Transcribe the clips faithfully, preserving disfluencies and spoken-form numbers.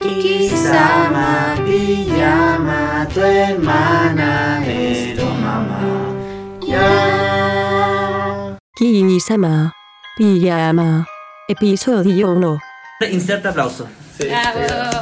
Kisama, pijama, tu hermana es tu mamá. Ya. Kisama, pijama, episodio uno. Inserta aplauso. Sí, Bravo.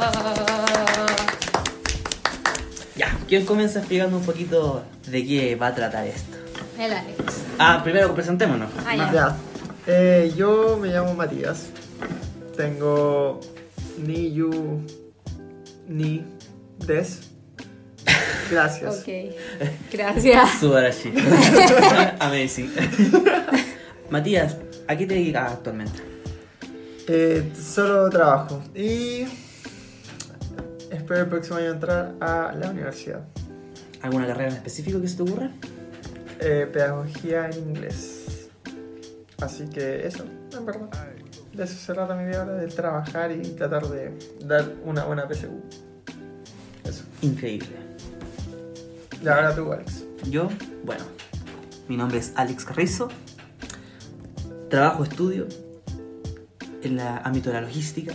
Ya, ¿quién comienza explicando un poquito de qué va a tratar esto? El Alex. Ah, primero presentémonos. Ah, ya. Ya. Eh, yo me llamo Matías. Tengo ni yu ni des. Gracias. Ok. Gracias. Subarashi. Amazing. Matías, ¿a qué te dedicas actualmente? Eh, solo trabajo y espero el próximo año entrar a la universidad. ¿Alguna carrera en específico que se te ocurra? Eh, pedagogía en inglés. Así que eso, en verdad. De eso se trata mi vida ahora, de trabajar y tratar de dar una buena P S U. Eso. Increíble. Y ahora tú, Alex. Yo, bueno, mi nombre es Alex Carrizo. Trabajo, estudio en el ámbito de la logística.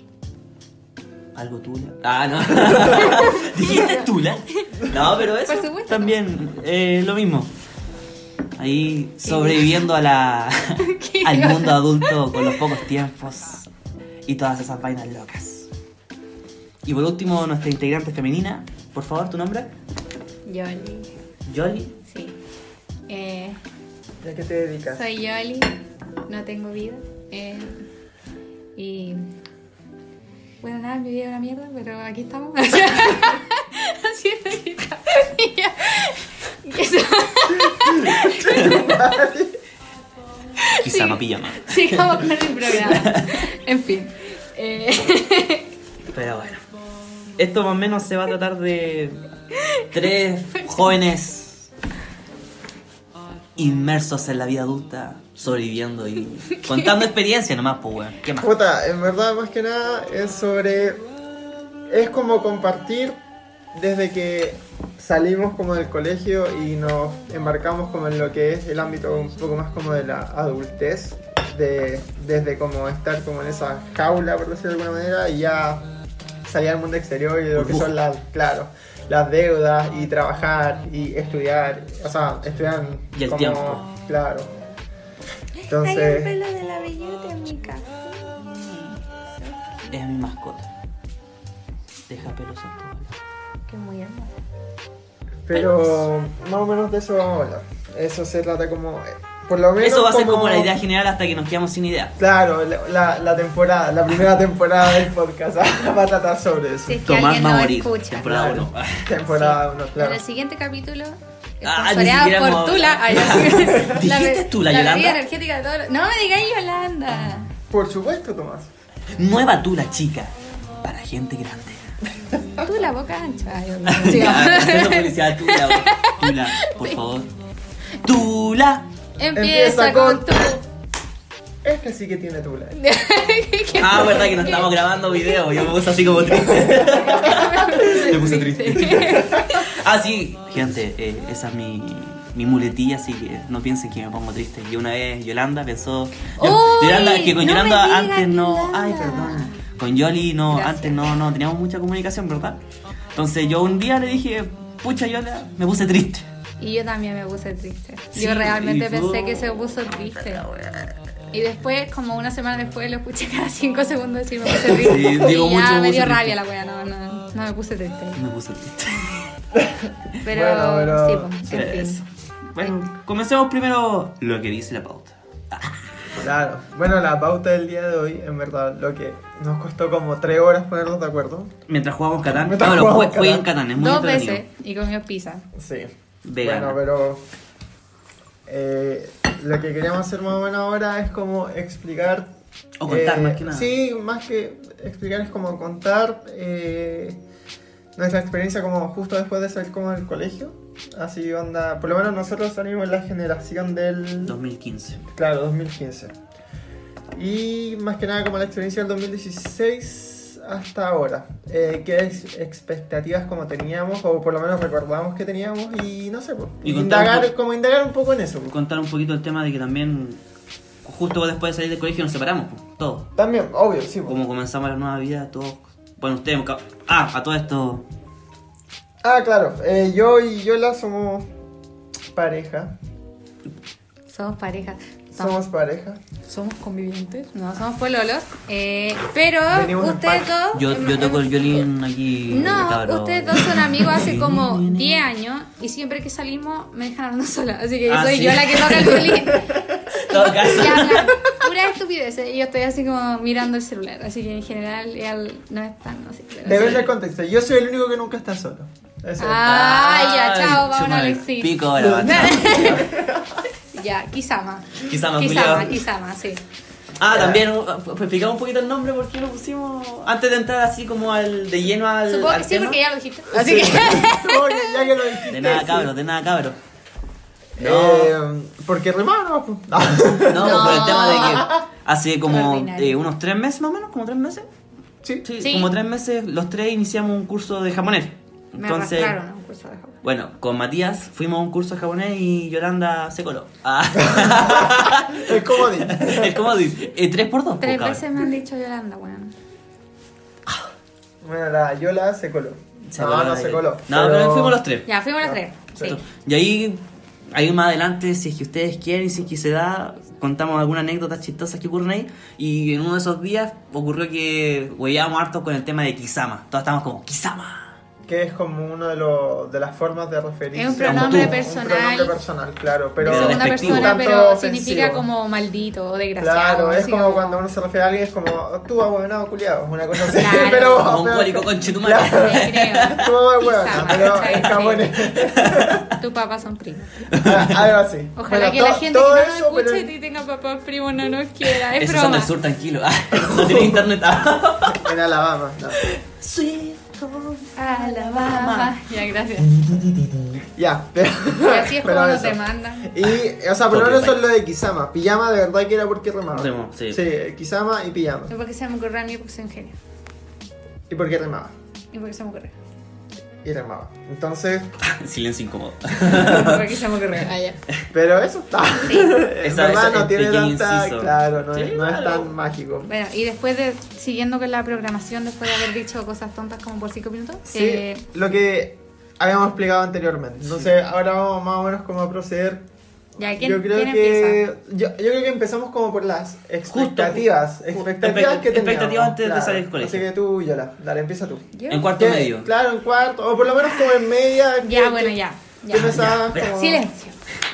Algo tula. Ah, no. ¿Dijiste tula? No, pero eso Por supuesto. también eh, lo mismo. Ahí sobreviviendo a la al mundo adulto con los pocos tiempos y todas esas vainas locas. Y por último, nuestra integrante femenina. Por favor, ¿tu nombre? Yoli. Yoli. Sí. Eh, ¿Y a qué te dedicas? soy Yoli. No tengo vida. Eh, y. Bueno, nada, mi vida es una mierda, pero aquí estamos. Así es, así está. Y ya. Y eso. Quizá no pijama. Sigamos con el programa. En fin. Eh, Pero bueno. Esto más o menos se va a tratar de tres jóvenes inmersos en la vida adulta, sobreviviendo y contando experiencias nomás, pues weón. ¿Qué más? Puta, en verdad más que nada es sobre... Es como compartir desde que salimos como del colegio y nos embarcamos como en lo que es el ámbito un poco más como de la adultez, de, desde como estar como en esa jaula, por decirlo de alguna manera, y ya salir al mundo exterior y de lo que son las, claro, las deudas y trabajar y estudiar, o sea, estudiar Y el como, tiempo. claro. Hay un Entonces, pelo de la bellota en mi casa. Es mi mascota. Deja pelos en todo lado. Que muy hermoso. pero más o menos de eso vamos a hablar. Eso se trata como, por lo menos Eso va a ser como la idea general hasta que nos quedamos sin idea. Claro, la, la, la temporada, la primera temporada del podcast va a tratar sobre eso. Si es que Tomás alguien va a no morir. escucha. Temporada uno. Temporada uno, En claro. el siguiente capítulo, Ah, ni esponsoreado siquiera por hemos- Tula. Ay, la- ¿Dijiste Tula, la Yolanda? bebida energética de todos los- No me digáis Yolanda. Por supuesto, Tomás. Nueva Tula, chica. Para gente grande. Tú la boca ancha. Dios mío. Ya, haciendo publicidad Tula. Tula, por favor. Tula. Empieza con tú. Este sí que tiene tula. Ah, verdad que no estamos grabando video. Yo me puse así como triste. Me puse triste. Ah, sí, gente, eh, esa es mi, mi muletilla, así que no piensen que me pongo triste. Y una vez Yolanda pensó. Yo- Uy, Yolanda, que con no me Yolanda digas antes no. Yolanda. Ay, perdón. Con Yoli no, Gracias. antes no, no teníamos mucha comunicación, ¿verdad? Entonces yo un día le dije, pucha Yola, me puse triste. Y yo también me puse triste. Sí, Yo realmente y pensé tú- que se puso triste. Y después, como una semana después, lo escuché cada cinco segundos decir me puse triste. Sí, digo y ya mucho, me me dio puse rabia triste. la wea, no, no, no me puse triste. Me puse triste. Pero, Bueno, pero- sí, pues, en Eso. fin. Bueno, comencemos primero lo que dice la pauta. Claro. Bueno, la pauta del día de hoy, en verdad, lo que nos costó como tres horas ponernos de acuerdo. Mientras jugamos Catán. Mientras Ah, bueno, jugamos jue- jueguen Catán. Catán, es muy Dos entretenido. veces y comió pizza. Sí. Vegana. Bueno, pero eh, lo que queríamos hacer más o menos ahora es como explicar. O contar, eh, más que nada. Sí, más que explicar es como contar eh, nuestra experiencia como justo después de salir como del colegio. Así onda, por lo menos nosotros salimos en la generación del... dos mil quince. Claro, dos mil quince. Y más que nada como la experiencia del dos mil dieciséis hasta ahora. Eh, ¿Qué ex- expectativas como teníamos o por lo menos recordamos que teníamos? Y no sé, pues, Y contar un indagar, po- como indagar un poco en eso. pues. Contar un poquito el tema de que también, justo después de salir del colegio, nos separamos, pues, todos. También, obvio, sí. pues. Como comenzamos la nueva vida, todos Bueno, ustedes... Ah, a todo esto... Ah, claro. Eh, yo y Yola somos pareja. Somos pareja. Somos pareja. Somos convivientes, no somos pololos, eh, pero Venimos en ustedes pack. dos... Yo, em, yo toco em, el violín aquí. No, cabrón. ustedes dos son amigos hace como diez años y siempre que salimos me dejan hablando sola, así que Ah, soy sí. yo la que toca el violín. Todo caso. Y hablan pura estupidez y yo estoy así como mirando el celular, así que en general él no es tan así. pero Depende sí. del contexto. Yo soy el único que nunca está solo. Eso. Ah, ya, chao, vamos a chúpame el Alexis. pico ahora, Ya, Kisama. Kisama, Kisama, culiao. Kisama, sí. Ah, también uh, explicamos un poquito el nombre, por qué lo pusimos antes de entrar así como al de lleno al, Supongo al que sí, tema. porque ya lo dijiste. Así Sí. que... Supongo que ya que lo dijiste. De nada sí. cabros, de nada cabros. No, Eh, porque remano. no, No. por el tema de que hace como Ordinario. eh, unos tres meses más o menos, como tres meses. Sí. Sí, Sí. como tres meses los tres iniciamos un curso de japonés. Me Entonces, arrastraron a un curso de Japón. bueno, con Matías fuimos a un curso de japonés y Yolanda se coló. Ah. El comodín. Es como dice, eh, tres por dos. Tres po, cabrón. veces me han dicho Yolanda, weón. Bueno, la Yola se coló. Se no, coló no la- se coló. No, pero fuimos los tres. Ya, fuimos las tres. Sí. Y ahí, ahí más adelante, si es que ustedes quieren, si es que se da, contamos algunas anécdotas chistosas que ocurren ahí. Y en uno de esos días ocurrió que huellábamos harto con el tema de Kisama. Todos estábamos como, Kisama. Que es como una de, los de las formas de referirse. Es un a pronombre tú. personal. Un pronombre personal, claro. Pero de segunda despectivo. persona, un tanto pero ofensivo. significa como maldito o desgraciado. Claro, es así como cuando uno se refiere a alguien, es como tú, abuelado, culiado. Una cosa así. Claro. Pero, Como un pero- cuálico conchetumare. Claro. Sí, creo. Tu mamá es huevona, Kisama, pero ¿cachai? en japonés. Tu papá son primos. Ah, algo así. Ojalá Bueno, que to- la gente todo que no eso, nos escuche pero y tenga papás primos no nos quiera. Es Esos broma. son del sur, tranquilo. No tiene internet. en Alabama. No. Sweet home. Alabama. Ya, gracias. Ya, pero. Y así es pero como nos eso. demandan. Y, o sea, pero Porque no eso pa- es lo de Kisama. Pijama de verdad que era porque remaba. Remo, sí. Sí, Kisama y pijama. No porque se me ocurrió a mí porque soy un genio. Y porque remaba. Y porque se me ocurrió. Y remaba. Entonces, Silencio incómodo. Porque se me ocurrió. Ah, ya. pero eso está. En Esa- verdad ese no tiene pequeño tanta. inciso. Claro, no, Sí, es, no es claro. tan mágico. Bueno, y después de, siguiendo con la programación, después de haber dicho cosas tontas como por cinco minutos, Sí, eh, lo que habíamos explicado anteriormente. Entonces, ahora vamos más o menos como a proceder. ya, ¿quién, Yo creo quién que empieza? yo, yo creo que empezamos como por las expectativas, Justo, ju- expectativas expect- que teníamos. expectativas antes de claro. salir del colegio. Así que tú, Yola, dale, empieza tú. ¿Yo? En cuarto ¿Qué? medio. Claro, en cuarto, o por lo menos como en media. Ya, que- bueno, que- ya. ya. que pensabas ya, como- Silencio.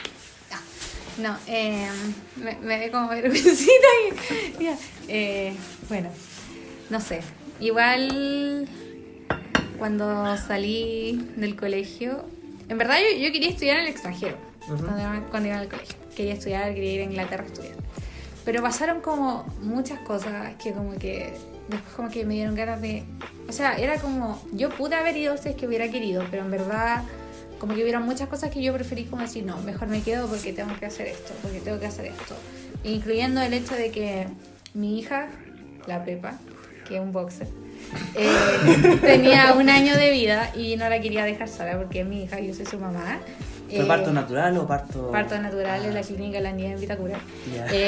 Ya. No, eh, me, me ve como vergüencita y... ya. Eh, bueno, no sé. Igual cuando salí del colegio... En verdad yo, yo quería estudiar en el extranjero. Ujú. cuando, iba- cuando iba al colegio. Quería estudiar, quería ir a Inglaterra a estudiar. Pero pasaron como muchas cosas que como que... Después como que me dieron ganas de... O sea, era como... Yo pude haber ido si es que hubiera querido, pero en verdad... Como que hubieron muchas cosas que yo preferí como decir, no, mejor me quedo porque tengo que hacer esto, porque tengo que hacer esto. Incluyendo el hecho de que mi hija, la Pepa, que es un boxer, eh, tenía un año de vida y no la quería dejar sola porque es mi hija, yo soy su mamá. ¿Fue Eh, parto natural o parto...? Parto natural en la clínica La Niña en Vitacura. Ya. Eh,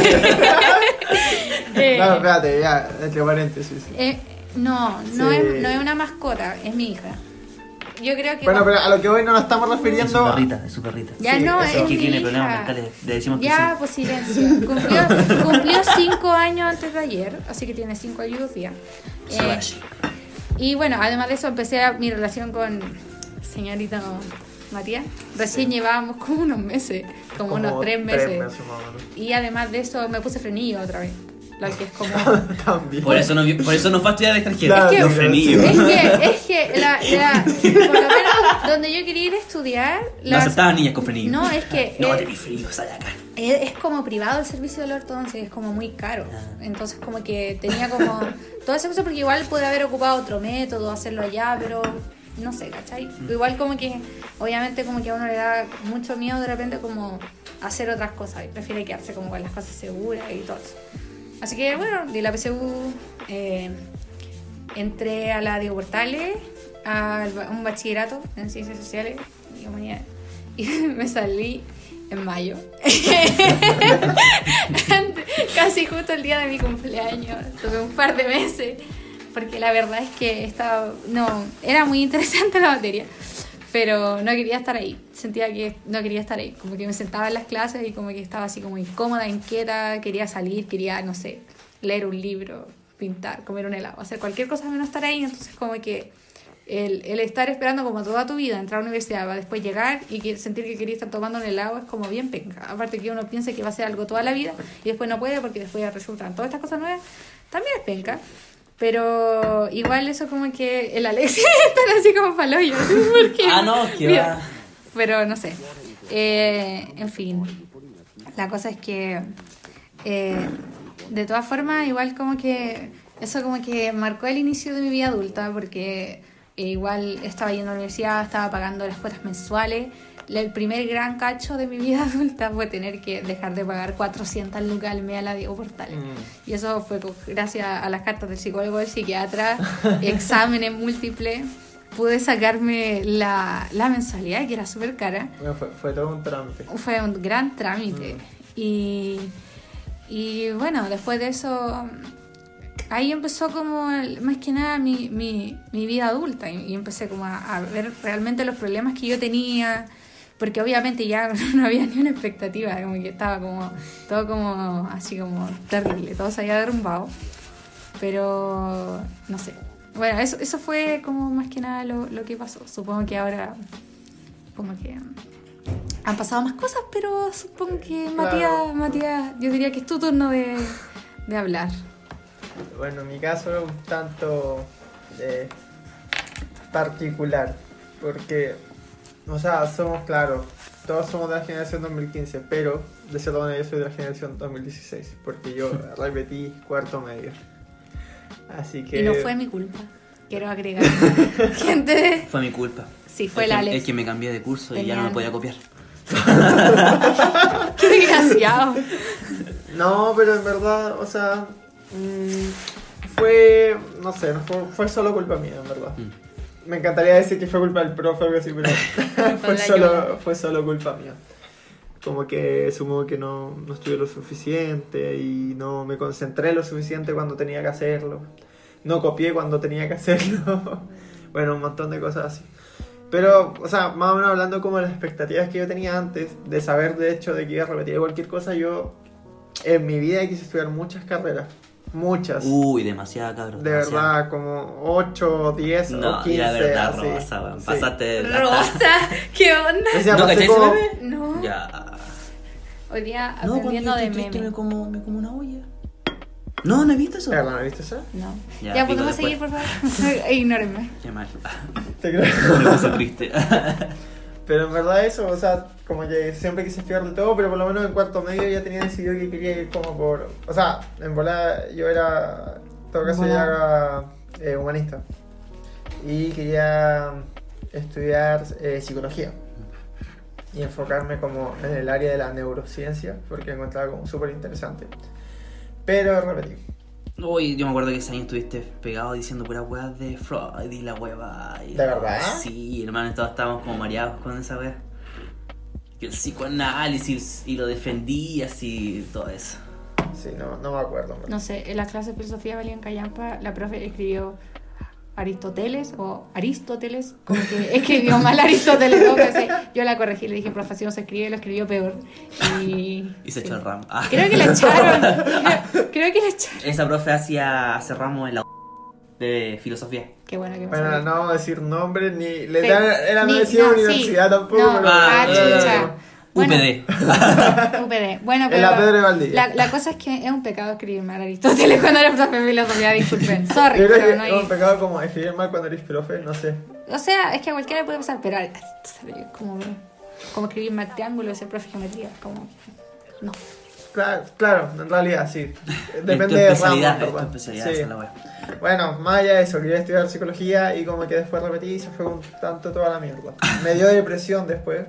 eh, No, espérate, ya, entre paréntesis. eh, no, no, Sí. es, no es una mascota, es mi hija. Yo creo que... Bueno, pero a lo que hoy no nos estamos Es su refiriendo. perrita, es su perrita. Ya Sí, no, eso. es Es que mi tiene hija. problemas mentales, le decimos que Ya, sí. pues silencio. Cumplió, cumplió cinco años antes de ayer, así que tiene cinco años y dos días. Eh, Slash. y bueno, además de eso empecé a- mi relación con señorita Matías. Recién llevábamos como unos meses, como, unos tres meses. más o menos. Y además de eso me puse frenillo otra vez. Lo que es como... También. Por eso, no, vi- por eso no fue a estudiar al extranjero. Claro, Los sí, frenillos. Es que, es que la, la- por lo menos donde yo quería ir a estudiar... No las- aceptaban niñas con frenillos. No, es que... No, eh, tenés frenillos, sale acá. Es, es como privado el servicio de la ortodoncia, es como muy caro. Entonces como que tenía como toda esa cosa porque igual pude haber ocupado otro método, hacerlo allá, pero no sé, ¿cachai? Igual como que, obviamente como que a uno le da mucho miedo de repente como hacer otras cosas y prefiere quedarse como con las cosas seguras y todo eso. Así que bueno, di la P S U, eh, entré a la Diego Portales, a un bachillerato en Ciencias Sociales y Humanidades y me salí en mayo. Casi justo el día de mi cumpleaños. Tuve un par de meses porque la verdad es que estaba, no, era muy interesante la materia, pero no quería estar ahí. Sentía que no quería estar ahí. Como que me sentaba en las clases y como que estaba así como incómoda, inquieta, quería salir, quería, no sé, leer un libro, pintar, comer un helado, hacer cualquier cosa menos estar ahí. Entonces como que el, el estar esperando como toda tu vida, entrar a la universidad, para después llegar y que, sentir que quería estar tomando un helado es como bien penca. Aparte que uno piensa que va a ser algo toda la vida y después no puede porque después ya resultan todas estas cosas nuevas, también es penca. Pero igual eso como que el Alexis está así como paloyo. Porque, Ah, no, que mira, va. pero no sé. Eh, en fin, la cosa es que eh, de todas formas igual como que eso como que marcó el inicio de mi vida adulta, porque eh, igual estaba yendo a la universidad, estaba pagando las cuotas mensuales. El primer gran cacho de mi vida adulta fue tener que dejar de pagar cuatrocientas lucas al mes a la Diego Portales. Mm. Y eso fue gracias a las cartas del psicólogo, del psiquiatra, exámenes múltiples. Pude sacarme la, la mensualidad, que era súper cara. Bueno, fue, fue todo un trámite. Fue un gran trámite. Mm. Y, y bueno, después de eso, ahí empezó como, el, más que nada, mi, mi, mi vida adulta. Y, y empecé como a, a ver realmente los problemas que yo tenía. Porque obviamente ya no había ni una expectativa, como que estaba como todo como así como terrible, todo se había derrumbado. Pero no sé. Bueno, eso, eso fue como más que nada lo, lo que pasó. Supongo que ahora como que han pasado más cosas, pero supongo que Matías, claro. Matías, yo diría que es tu turno de, de hablar. Bueno, en mi caso es un tanto eh, particular, porque, o sea, somos, claro, todos somos de la generación dos mil quince, pero de cierta manera yo soy de la generación dos mil dieciséis, porque yo repetí cuarto medio. Así que... Y no fue mi culpa, quiero agregar. Gente... Fue mi culpa. Sí, fue el la que, Alex. el que me cambié de curso y Tenían... ya no me podía copiar. ¡Qué desgraciado! No, pero en verdad, o sea, mmm, fue, no sé, fue, fue solo culpa mía, en verdad. Mm. Me encantaría decir que fue culpa del profe o algo así, pero fue, solo, fue solo culpa mía. Como que supongo que no, no estudié lo suficiente y no me concentré lo suficiente cuando tenía que hacerlo. No copié cuando tenía que hacerlo. Bueno, un montón de cosas así. Pero, o sea, más o menos hablando como de las expectativas que yo tenía antes, de saber de hecho de que iba a repetir cualquier cosa, yo en mi vida quise estudiar muchas carreras. Muchas. Uy, demasiada, cabrón. De demasiada. verdad, como ocho, diez no, o quince. No, la verdad, así. Rosa, weón. Sí. Pasaste... Rosa, ¿qué onda? O sea, ¿No pasé cachai como... ese meme? No. Ya. Hoy día No, aprendiendo cuando de yo estoy triste memes. me como, me como una olla. No, ¿no he visto eso? ¿Verdad, no viste eso? No. Ya, Ya, pico podemos después. seguir, por favor. Ignórenme. Qué mal. Te creo. Me puse triste. Pero en verdad eso, o sea, como que siempre quise estudiar de todo, pero por lo menos en cuarto medio ya tenía decidido que quería ir como por... O sea, en volada yo era, en todo caso ya era eh, humanista. Y quería estudiar eh, psicología. Y enfocarme como en el área de la neurociencia, porque encontraba como súper interesante. Pero repetí. Uy, yo me acuerdo que ese año estuviste pegado diciendo puras weas de Freud y la hueva. Y... ¿De verdad? Sí, hermano, todos estábamos como mareados con esa wea. Que el psicoanálisis y lo defendías y todo eso. Sí, no, no me acuerdo. No sé, en la clase de filosofía valía en Callampa, la profe escribió Aristóteles o Aristóteles, como que escribió mal Aristóteles, ¿no? Sé, yo la corregí, le dije, profe, así no se escribe, lo escribió peor. Y, Y se sí. echó el ramo. Ah. Creo que la echaron. Creo, creo que la echaron. Esa profe hacía hace ramos en la de filosofía. Qué bueno que me Bueno, salió. no vamos a decir nombres ni... Le Sí. dan, era Ni- no decía no, universidad sí. tampoco, No, pero... ah, no, no, no, chucha. no. Bueno, U P D. U P D. Bueno, En pero la Pedro de Valdivia. la, la cosa es que es un pecado escribir mal Aristóteles cuando eres profe de filosofía, disculpen. Sorry, Yo creo pero que no es hay... un pecado como escribir mal cuando eres profe, no sé. O sea, es que a cualquiera le puede pasar, pero es como, como escribir mal triángulo y ser profe de geometría, como... No. Claro, claro, en realidad sí. Depende Es tu de especialidad, ramos, es tu ¿verdad? especialidad, Sí. esa es la wea. Bueno, más allá de eso, quería estudiar psicología y como que después repetí y se fue un tanto toda la mierda. Me dio depresión después.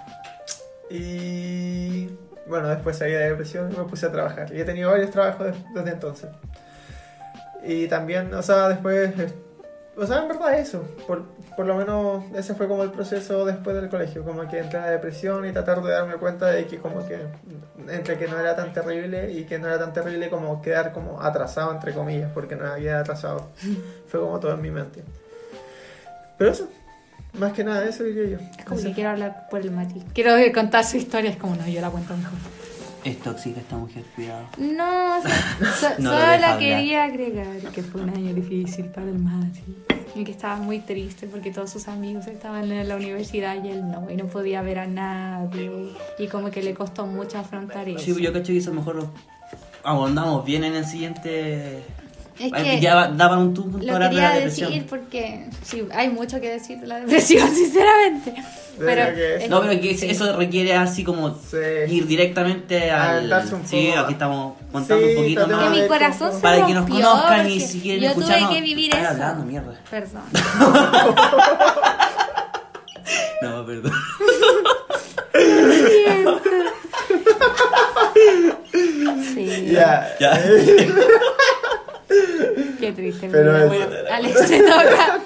Y... Bueno, después salí de depresión y me puse a trabajar. Y he tenido varios trabajos des- desde entonces. Y también, o sea, después... eh, O sea, en verdad eso, por, por lo menos ese fue como el proceso después del colegio, como que entré a la depresión y tratar de darme cuenta de que como que entre que no era tan terrible y que no era tan terrible como quedar como atrasado entre comillas, porque no había atrasado, fue como todo en mi mente. Pero eso, más que nada eso diría yo. Es como Eso. que quiero hablar por el Mati. Quiero contar su historia, es como no, yo la cuento mejor. Es tóxica esta mujer, cuidado. No, so- so- No lo solo deja quería agregar que fue un año difícil para el Mati. Y que estaba muy triste porque todos sus amigos estaban en la universidad y él no, y no podía ver a nadie. Y como que le costó mucho afrontar eso. Sí, yo cacho que eso mejor lo abordamos bien en el siguiente. Es Ay, que ya daban un turno lo para hablar de quería la depresión. decir porque sí, hay mucho que decir de la depresión, sinceramente. Pero que es- No, pero que sí. eso requiere así como Sí. ir directamente al... Adentrarse un Sí, poco. aquí estamos contando Sí, un poquito tratemos más. Que mi de corazón se Para que nos rompió conozcan y porque si quieren yo escucharnos. tuve que vivir Estoy eso. hablando, mierda. Perdón. No, perdón. Sí. Ya, Ya. Qué triste. Pero Pero eso- bueno, Alex te toca.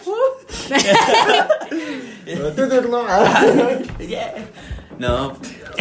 tu turno. Yeah. No.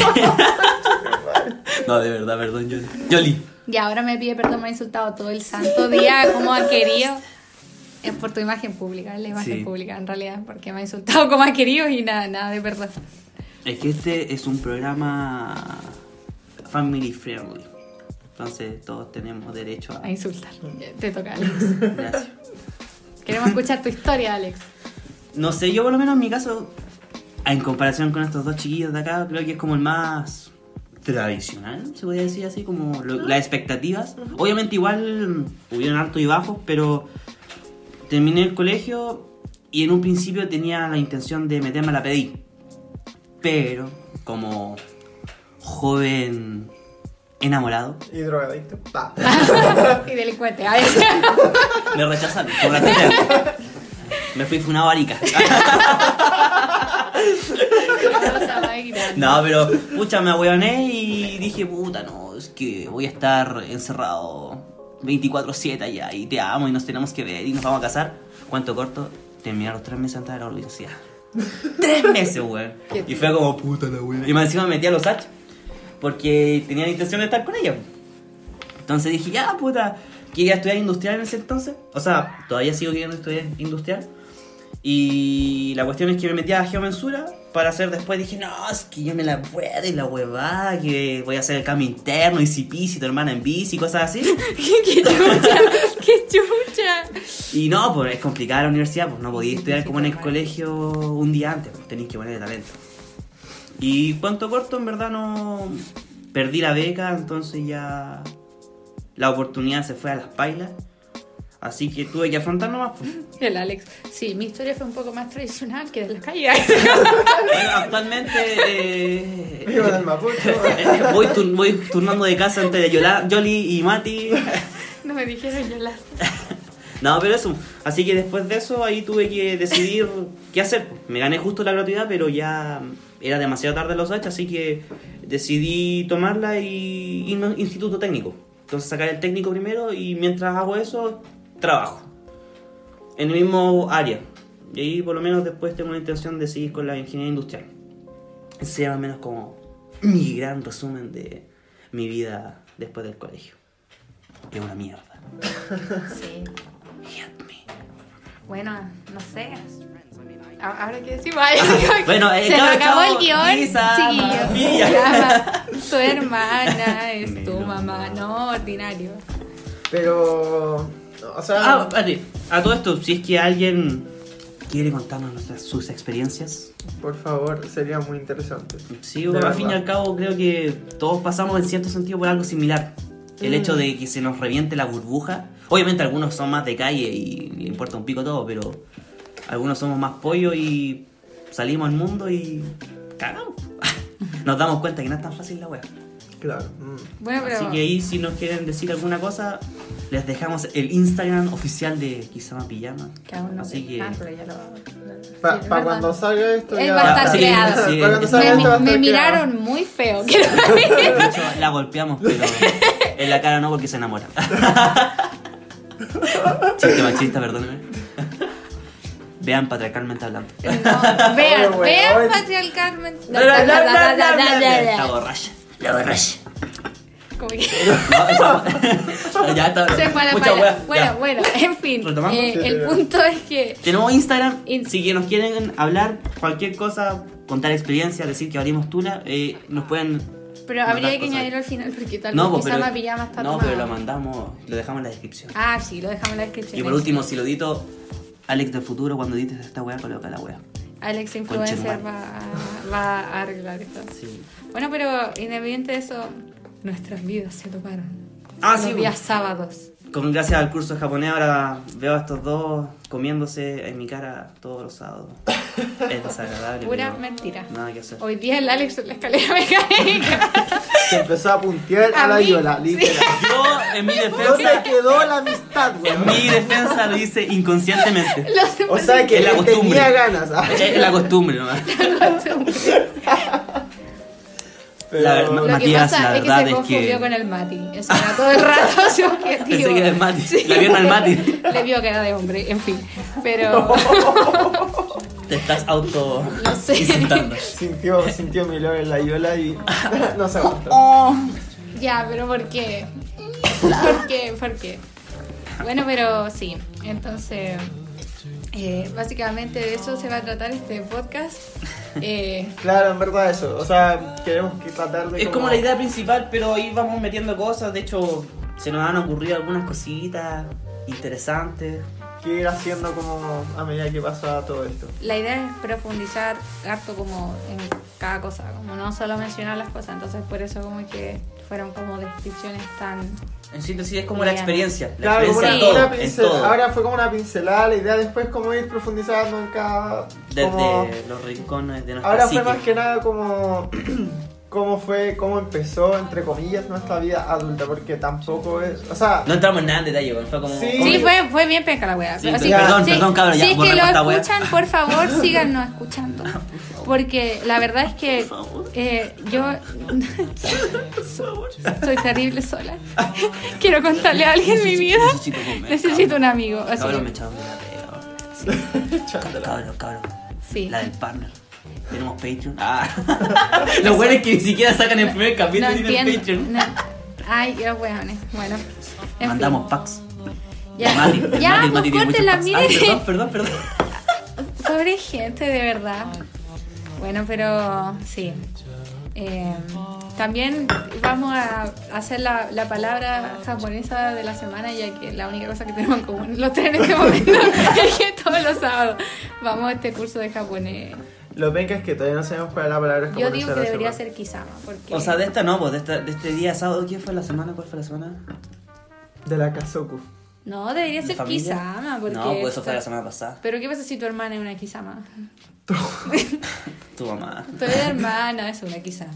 No, de verdad, perdón, Yoli. Yoli. Y ahora me pide perdón, me ha insultado todo el santo día, como ha querido. Es por tu imagen pública, la imagen Sí. pública en realidad, porque me ha insultado como ha querido y nada, nada de perdón. Es que este es un programa family friendly. Entonces todos tenemos derecho a... A insultar. Te toca, Alex. Gracias. Queremos escuchar tu historia, Alex. No sé, yo por lo menos en mi caso, en comparación con estos dos chiquillos de acá, creo que es como el más tradicional, se podría decir así, como lo- las expectativas. Obviamente igual hubieron altos y bajos, pero terminé el colegio y en un principio tenía la intención de meterme a la P D I. Pero como joven enamorado, Y drogadicto. Pa. Y delincuente. A ver. me rechazaron por la tercera. Me fui funado a Arica. No, pero pucha, me ahueoné y dije, puta, no, es que voy a estar encerrado veinticuatro siete allá y te amo y nos tenemos que ver y nos vamos a casar. Cuento corto, terminé los tres meses antes de la universidad. Tres meses, weón. Y fue como, puta la weón. Y más encima me metí a los H porque tenía la intención de estar con ella. Entonces dije, ya, puta, quería estudiar industrial en ese entonces. O sea, todavía sigo queriendo estudiar industrial. Y la cuestión es que me metí a geomensura para hacer después. Dije, no, es que yo me la puedo y la huevada, que voy a hacer el cambio interno y si pisi, tu hermana en bici, cosas así. ¡Qué chucha! ¡Qué chucha! Y no, pues es complicada la universidad, pues no podía Sí, estudiar sí, como en el normal. colegio un día antes, pues tenéis que ponerle talento. Y cuanto corto, en verdad no perdí la beca, entonces ya la oportunidad se fue a las pailas. Así que tuve que afrontar nomás, pues. El Alex. Sí, mi historia fue un poco más tradicional que de la calle. Bueno, actualmente eh, Vivo en el Mapucho. eh, voy, tur- voy turnando de casa entre Yola, Yoli y Mati. No me dijeron llorar. No, pero eso. Así que después de eso, ahí tuve que decidir qué hacer. Me gané justo la gratuidad, pero ya era demasiado tarde los H, así que decidí tomarla y irme a instituto técnico. Entonces sacar el técnico primero y mientras hago eso, trabajo. En el mismo área. Y ahí por lo menos después tengo la intención de seguir con la ingeniería industrial. Ese sería más o menos como mi gran resumen de mi vida después del colegio. Es una mierda. Sí. Hate me. Bueno, no sé. A- Ahora qué decimos. Ay, Bueno, eh, se nos chao, acabó chao. el guión, Lisa, chiquillos. Mafia. Ya, tu hermana es tu Menos mamá. mal. No, ordinario. Pero, o sea, Ah, espérate. A todo esto, si es que alguien quiere contarnos nuestras, sus experiencias. por favor, sería muy interesante. Sí, De al verdad. fin y al cabo creo que todos pasamos en cierto sentido por algo similar. El Mm. hecho de que se nos reviente la burbuja. Obviamente algunos son más de calle y le importa un pico todo, pero algunos somos más pollo y salimos al mundo y cagamos. Nos damos cuenta que no es tan fácil la wea. Claro. mm. Bueno, pero. Así que ahí si nos quieren decir alguna cosa, les dejamos el Instagram oficial de Kisama Pijama. Que aún no Así sé. que... Ah, pero ya lo. Para Sí, es verdad. cuando salga esto Él ya... va a estar Sí, creado. sí, Para cuando sí. salga Me, esto va a me estar miraron muy feo. quiero De hecho, la golpeamos, pero en la cara no porque se enamora. Chiste machista, perdóneme. Vean Patriarcalmente Hablando. No, vean, Oye, vean weón. patriarcalmente. Bla, bla, bla, bla, bla, bla, bla. La borracha. La borracha. Como que No, eso- ya está. se fue a la Mucha pala. wea, Bueno, ya. bueno, en fin. ¿Retomamos? eh, Sí, el sí, punto es que. Tenemos Instagram. In- Si que nos quieren hablar cualquier cosa, contar experiencias, decir que abrimos tula, eh, nos pueden. Pero mandar habría que cosas. añadirlo al final porque tal No, vez pues, quizá pero, la pijama está no tomada. pero lo mandamos, lo dejamos en la descripción. Ah, sí, lo dejamos en la descripción. Y por último, si lo edito, Alex del futuro, cuando edites esta weá, coloca la weá. Alex Influencer Conchetumare. va a, va a arreglar esto. Sí. Bueno, pero independiente de eso, nuestras vidas se toparon. Ah, Los sí, días pues. sábados. Con gracias al curso de japonés ahora veo a estos dos comiéndose en mi cara todos los sábados. Es desagradable. Pura pero mentira. Nada que hacer. Hoy día el Alex en la escalera mecánica. Se empezó a puntear a, A la mí, Yola, sí. literal. Yo, en mi No defensa, se quedó la amistad, en weón. mi defensa lo hice inconscientemente. Los O sea que Es la él costumbre. tenía ganas. ¿ah? Es la costumbre nomás. Pero La- Lo que Matías, pasa la es que verdad se es confundió que- con el Mati. Eso era todo el rato su objetivo. Pensé que era el Mati. Sí. La pierna del Mati. Le vio que era de hombre, en fin. Pero. Te estás auto No sé. insultando. sintió, sintió mi love en la Yola y no se aguantó. Oh. Ya, pero ¿por qué? ¿Por qué? ¿Por qué? Bueno, pero sí. Entonces, eh, básicamente de eso se va a tratar este podcast. Eh, Claro, en verdad eso. O sea, queremos que tratar de Es como la idea principal, pero ahí vamos metiendo cosas. De hecho, se nos han ocurrido algunas cositas interesantes. que ir haciendo como a medida que pasa todo esto. la idea es profundizar harto como en cada cosa, como no solo mencionar las cosas. Entonces, por eso como que fueron como descripciones tan... En síntesis es como la Bien. experiencia. La Claro, como experiencia una, en una todo, en pincel- todo. ahora fue como una pincelada, la idea después como ir profundizando en cada... Desde como- los rincones de nuestra ahora fue psique. más que nada como cómo fue, cómo empezó, entre comillas, nuestra vida adulta, porque tampoco es... O sea, No entramos en nada en detalle, bueno, fue como... Sí. como Sí, que- fue, fue bien penca la wea. Sí, Así- pero- perdón, sí, perdón, cabrón, ya, si es que borremos lo esta wea. escuchan, por favor, síganos escuchando. Porque la verdad es que eh, yo soy terrible sola. Quiero contarle a alguien mi vida. Necesito comer, Necesito un amigo. Así Cabrón, que- me echaron de la pega. Cabrón, cabrón. Sí. La del partner. Tenemos Patreon. Ah. Lo bueno es que ni siquiera sacan el primer capítulo No y tienen entiendo. Patreon. no. Ay, qué weones. Bueno. en Mandamos fin. packs. Ya, El Mati, el ya Mati, el pues Mati tiene muchos córtenla, packs. miren. Ay, perdón, perdón, perdón. Pobre gente, de verdad. Bueno, pero sí. Eh, también vamos a hacer la, la palabra japonesa de la semana, ya que la única cosa que tenemos en común los tres en este momento es que todos los sábados vamos a este curso de japonés. lo penca es que todavía no sabemos cuál es la palabra Yo japonesa digo de que la debería semana. ser Kisama, porque... O sea, de esta no, pues de, esta, de este día sábado, ¿quién fue la semana? ¿Cuál fue la semana? De la Kazoku. No, debería ¿De ser familia? Kisama, porque... No, pues eso fue la semana pasada. Pero ¿qué pasa si tu hermana es una Kisama? Tu mamá. Tu hermana es una Kisama.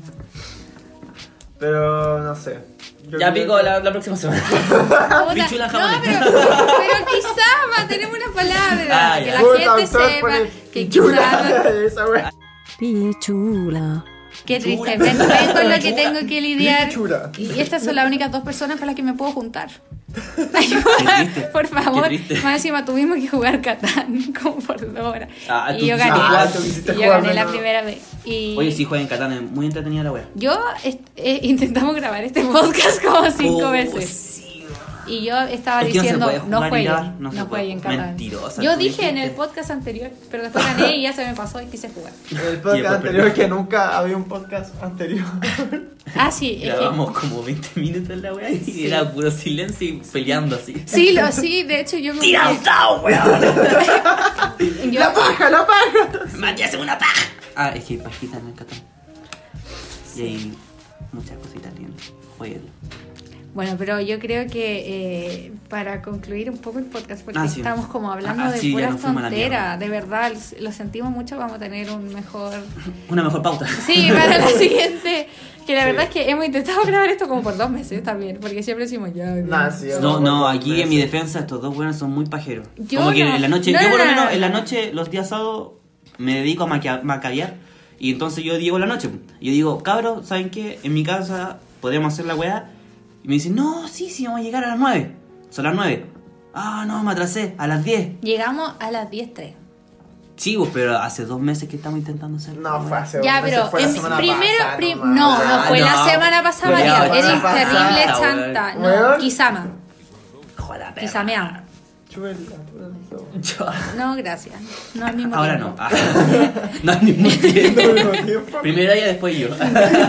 Pero no sé. Yo Ya creo pico que- la, la próxima semana. Puta, Pichula no, japonés. pero, pero Kisama, tenemos una palabra. Ah, que ya. la Puta, gente autor sepa pone que pichula, Kisama... esa wea. Pichula. Qué triste, ven, ven con lo que tengo que lidiar. Pichura. Y estas son las únicas dos personas con las que me puedo juntar. triste, Por favor. qué triste. Más encima tuvimos que jugar Catán como por dos horas. Ah, tú y yo quisiste gané. jugar. Ah, tú quisiste Y yo jugar, gané la no. primera vez. Y Oye, sí, jueguen Catán, es muy entretenida la wea. yo est- eh, intentamos grabar este podcast como cinco Oh, veces. sí. Y yo estaba Es que no se diciendo, puede no jugar y jueguen, grabar, no, no se puede. jueguen Catán. Mentirosa, Yo tú dije en dijiste. el podcast anterior, pero después gané y ya se me pasó y quise jugar. El Y después podcast anterior perdí. que nunca había un podcast anterior. Ah, sí, es que- Grabamos como veinte minutos en la wea y Sí. era puro silencio y peleando así. Sí, lo, sí, de hecho yo me... ¡Tira un dado, weón! yo- ¡La paja, la paja! ¡Mati, hace una paja! Ah, es que hay pajitas en el Catán. Y hay muchas cositas lindas. Jueguenlo. Bueno, pero yo creo que eh, para concluir un poco el podcast, porque Ah, sí. estamos como hablando Ah, de sí, ya puras nos fuimos a la tonteras, de verdad, lo sentimos mucho, vamos a tener un mejor... Una mejor pauta. Sí, para la siguiente, que la Sí. verdad es que hemos intentado grabar esto como por dos meses también, porque siempre decimos ya... Nah, sí, No, no, por aquí meses. en mi defensa estos dos buenos son muy pajeros. Yo Como que no. en la noche, No, yo no, por lo no, menos no. en la noche, los días sábados, me dedico a maquia- macabear. Y entonces yo digo en la noche, yo digo, cabros, ¿saben qué? En mi casa podríamos hacer la weá. Y me dicen, no, sí, sí, vamos a llegar a las nueve. Son las nueve. Ah, no, me atrasé, a las diez. Llegamos a las diez tres. Sí, pues, pero hace dos meses que estamos intentando hacer. No, fue hace Ya, dos meses, pero fue la en- semana primero, pasada, prim- nomás. no, no fue Ah, la no. semana pasada, Pero ya, María. la Eres semana terrible pasada, chanta. weón. No, Weón. Kisama. Joder, perra. Kisameado. Chúpela, chúpela. Yo- No, gracias. No al mismo Ahora tiempo. no. Ah. No al mismo tiempo. No, no, tiempo. Primero ella, después yo.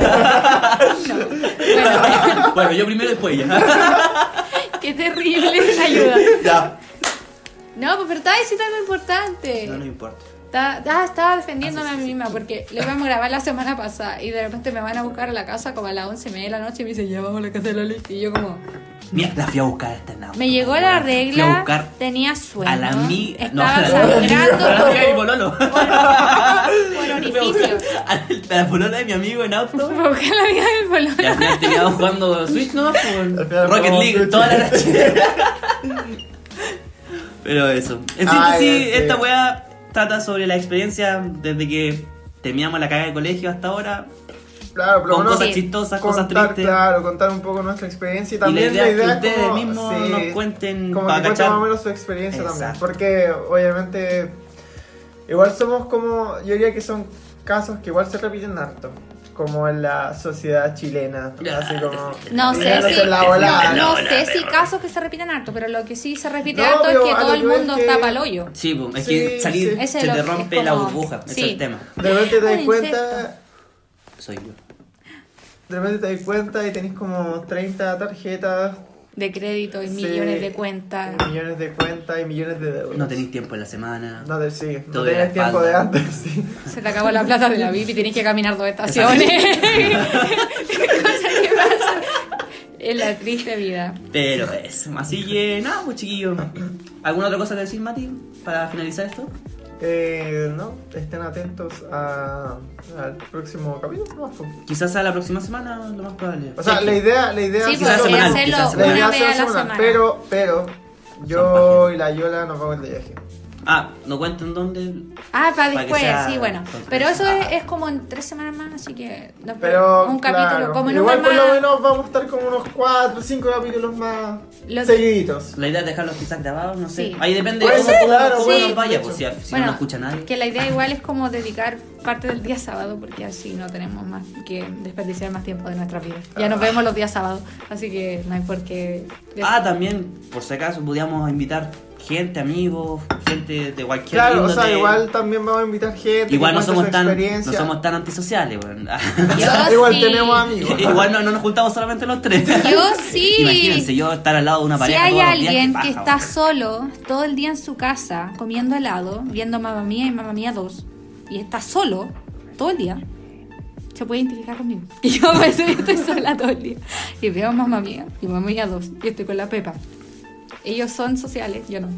Bueno, Bueno, yo primero, después ella. qué terrible. Ayuda. Ya. No, pues, pero estaba diciendo algo importante. No, no importa. Estaba, ah, estaba defendiéndome a mí misma porque lo íbamos a grabar la semana pasada y de repente me van a buscar a la casa como a las once y media de la noche y me dicen, ya vamos a la casa de Loli. Y yo como, Mira, la fui a buscar esta en auto. me llegó la Fui a regla, buscar tenía sueño, a la amiga. estaba no, sangrando a la por, amiga de mi pololo. por Fui a orificio. buscar A la polola de mi amigo en auto. Fue a buscar a la amiga del pololo. Y al final terminamos jugando Switch, ¿no? Al Por final Rocket jugamos League Switch. toda la noche. Pero eso. En Ah, síntesis, ya, sí. esta weá trata sobre la experiencia desde que terminamos la caga de colegio hasta ahora. Claro, pero Con bueno, cosas sí. chistosas, cosas contar, tristes. claro, contar un poco nuestra experiencia y Y la también idea es que es ustedes como- mismos sí, nos cuenten como para que cuenten cachar. más o menos su experiencia también, Exacto. porque obviamente igual somos como, yo diría que son casos que igual se repiten harto, como en la sociedad chilena, Ya. así como No sé tirándose si, la volada. no, la sé si perra. casos que se repiten harto, pero lo que sí se repite No, harto es pero que a todo lo el que voy mundo es que- está pa'l hoyo. Sí, pues, es Sí, que salir sí. Ese se lo- te es rompe la como- burbuja, ese sí. es el tema. De repente te das Un cuenta, insecto. Soy yo. de repente te das cuenta y tenés como treinta tarjetas, De crédito y sí, millones de cuentas. y millones de cuentas y millones de deudas. No tenéis tiempo en la semana. No te sí, no Todo de la tenés tiempo de espalda. antes, sí. Se te acabó la plata de la V I P y tenés que caminar dos estaciones. Cosa que pasa en la triste vida. Pero eso. Así que nada, pues chiquillos. ¿Alguna otra cosa que decir, Mati? Para finalizar esto. Eh, no, estén atentos a, al próximo capítulo. No, pues. Quizás sea la próxima semana, lo más probable. O sea, Sí, la que- idea, la idea Sí, es pues quizás semanal, hacerlo quizás la semanal. idea una es vez a hacer la semana, semana. pero, pero yo y la Yola nos vamos de viaje. Ah, no cuenten dónde. Ah, para Para que después, sea sí, bueno. con Pero tres. eso es, Ah. es como en tres semanas más, así que después Pero un capítulo, claro, como en igual una por lo más. menos vamos a estar como unos cuatro, cinco capítulos más Lo- seguiditos. La idea es dejarlos quizás grabados, no sé. Sí. Ahí depende Puede de cómo, ser, cómo- claro, cómo bueno, nos vaya, de pues si, hecho. si Bueno, no nos escucha nadie. que la idea igual es como dedicar parte del día sábado, porque así no tenemos más que desperdiciar más tiempo de nuestras vidas. Ya nos vemos los días sábados, así que no hay por qué. Ah, también, por si acaso, podíamos invitar gente, amigos, gente de cualquier Claro, o sea, índole. igual también vamos a invitar gente. Igual que no cuente somos su tan, no experiencia. somos tan antisociales, weón. Yo Igual sí. tenemos amigos. Igual no, no nos juntamos solamente los tres. Yo sí. Imagínense, yo estar al lado de una Si pareja hay todos los días, alguien qué que paja, está weón. solo todo el día en su casa comiendo helado, viendo Mamma Mía y Mamma Mía dos, y está solo todo el día, se puede identificar conmigo. Y yo por eso yo estoy sola todo el día. Y veo Mamma Mía y Mamma Mía dos, y estoy con la Pepa. Ellos son sociales, yo no.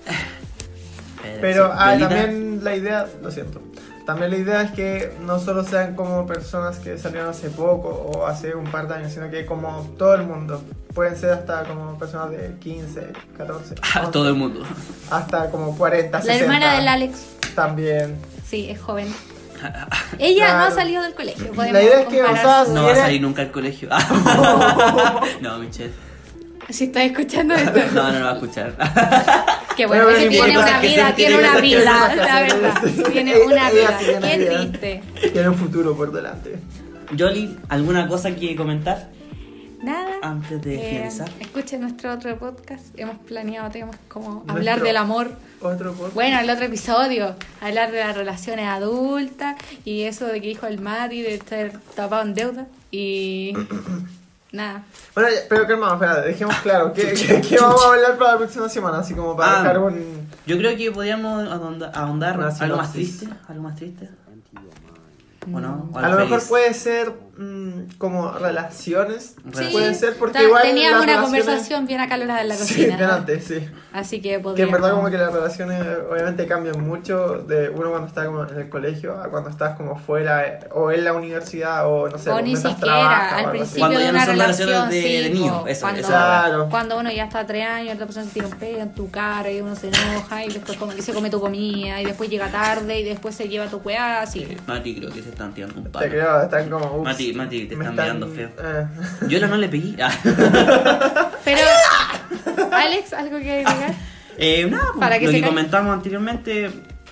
Pero sí, ah, Violita, también la idea, lo siento, también la idea es que no solo sean como personas que salieron hace poco o hace un par de años, sino que como todo el mundo. Pueden ser hasta como personas de quince, catorce, a once, todo el mundo. hasta como cuarenta, La sesenta. hermana del Alex, También. sí, es joven. Ella Claro. no ha salido del colegio. Podemos La idea es que, o comparar sea, su- No Si va a eres- salir nunca al colegio. No, Michelle. Si estás escuchando esto, No, no lo va a escuchar. que bueno, Pero es que tiene tiene cosas una que vida, hacer, tiene tiene una cosas que vida, hacer, la sí. verdad. Tiene Ella- una ella vida. sí tiene Qué vida. triste. Tiene un futuro por delante. Yoli, ¿alguna cosa que comentar Nada. antes de Eh, finalizar? escuchen nuestro otro podcast. Hemos planeado temas como Nuestro- hablar del amor. Otro podcast. Bueno, el otro episodio, hablar de las relaciones adultas y eso de que dijo el Mati de estar tapado en deuda y nada. Bueno, ya, pero calma, espérate, dejemos claro. ¿Qué, qué, qué vamos a hablar para la próxima semana? Así como para Ah, dejar un. Yo creo que podríamos ahondar, ahondar Una algo más sinopsis. triste. Algo más triste. ¿O no? O A algo lo mejor feliz. puede ser mm, como relaciones. Sí, Puede ser porque ta- igual. teníamos las una relaciones- conversación bien acalorada en la Sí, cocina. delante, sí. Así que Que podríamos... en verdad como que las relaciones obviamente cambian mucho de uno cuando está como en el colegio a cuando estás como fuera eh, o en la universidad o no sé, O ni mientras siquiera, trabajas o al algo así. principio Cuando de ya no una son relación, relaciones de- sí, de niños, po, eso, cuando, eso. Claro. cuando uno ya está tres años, otra persona se tira un pedo en tu cara y uno se enoja y después como que se come tu comida y después llega tarde y después se lleva tu weá, así. Mati, creo que se están tirando un Te palo. creo, están como. ups, Mati, Mati, te me están mirando feo. eh. Yo no le pegué. Ah. Pero, Alex, ¿algo que agregar? Eh, nada, pues, Para que lo se que calle. comentamos anteriormente,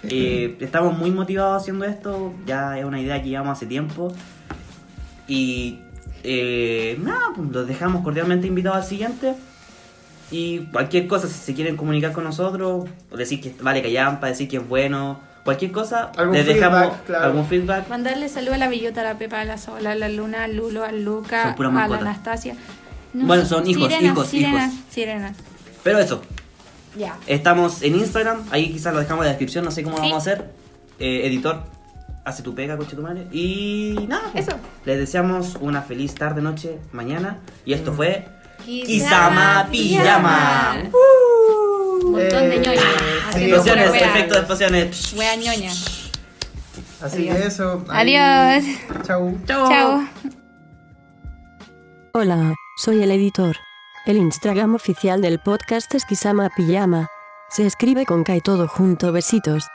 Eh, estamos muy motivados haciendo esto, ya es una idea que llevamos hace tiempo. Y eh, nada, pues los dejamos cordialmente invitados al siguiente. Y cualquier cosa, si se quieren comunicar con nosotros, o decir que vale callampa, decir que es bueno, cualquier cosa, Algún les feedback, dejamos claro. algún feedback. Mandarle saludos a la Bellota, a la Pepa, a la Sola, a la Luna, al Lulo, al Luca, Son puras a la mascotas. Anastasia. No, Bueno, son hijos, sirenas, hijos, sirenas, hijos. sirenas. Pero eso, Ya. estamos en Instagram, ahí quizás lo dejamos en la descripción, no sé cómo lo Sí. vamos a hacer. Eh, editor, hace tu pega, coche tu madre. Y nada, pues, Eso. les deseamos una feliz tarde, noche, mañana. Y esto fue Kisama Kisama Pijama. Pijama. Un montón de Eh, ñoña. sí, haciendo Explosiones, pura wea. efectos de explosiones. Wea ñoña. Así Adiós. que eso. ahí- Adiós. Chau. Chao. Hola, soy el editor. El Instagram oficial del podcast es Kisama Pijama. Se escribe con K y todo junto, besitos.